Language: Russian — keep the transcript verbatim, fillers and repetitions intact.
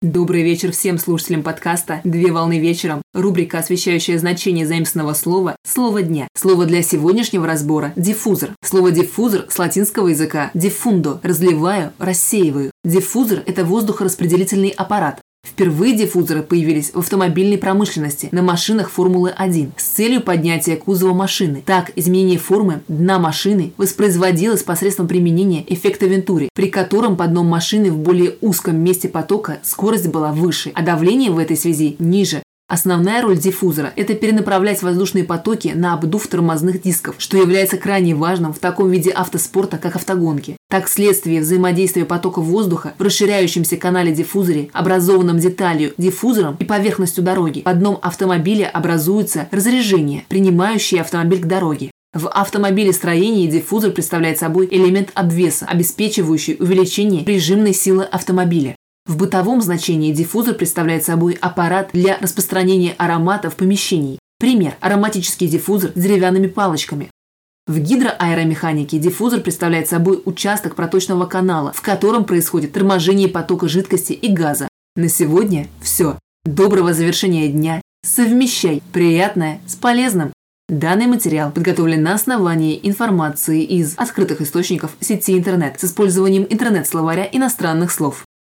Добрый вечер всем слушателям подкаста «Две волны вечером». Рубрика, освещающая значение заимственного слова «Слово дня». Слово для сегодняшнего разбора – диффузор. Слово диффузор с латинского языка «diffundo» – разливаю, рассеиваю. Диффузор – это воздухораспределительный аппарат. Впервые диффузоры появились в автомобильной промышленности на машинах Формулы один с целью поднятия кузова машины. Так, изменение формы дна машины воспроизводилось посредством применения эффекта Вентури, при котором под дном машины в более узком месте потока скорость была выше, а давление в этой связи ниже. Основная роль диффузора – это перенаправлять воздушные потоки на обдув тормозных дисков, что является крайне важным в таком виде автоспорта, как автогонки. Так, вследствие взаимодействия потока воздуха в расширяющемся канале-диффузоре, образованном деталью, диффузором и поверхностью дороги, под дном автомобиля образуется разрежение, принимающее автомобиль к дороге. В автомобилестроении диффузор представляет собой элемент обвеса, обеспечивающий увеличение прижимной силы автомобиля. В бытовом значении диффузор представляет собой аппарат для распространения аромата в помещении. Пример – ароматический диффузор с деревянными палочками. В гидроаэромеханике диффузор представляет собой участок проточного канала, в котором происходит торможение потока жидкости и газа. На сегодня все. Доброго завершения дня. Совмещай приятное с полезным. Данный материал подготовлен на основании информации из открытых источников сети интернет с использованием интернет-словаря иностранных слов.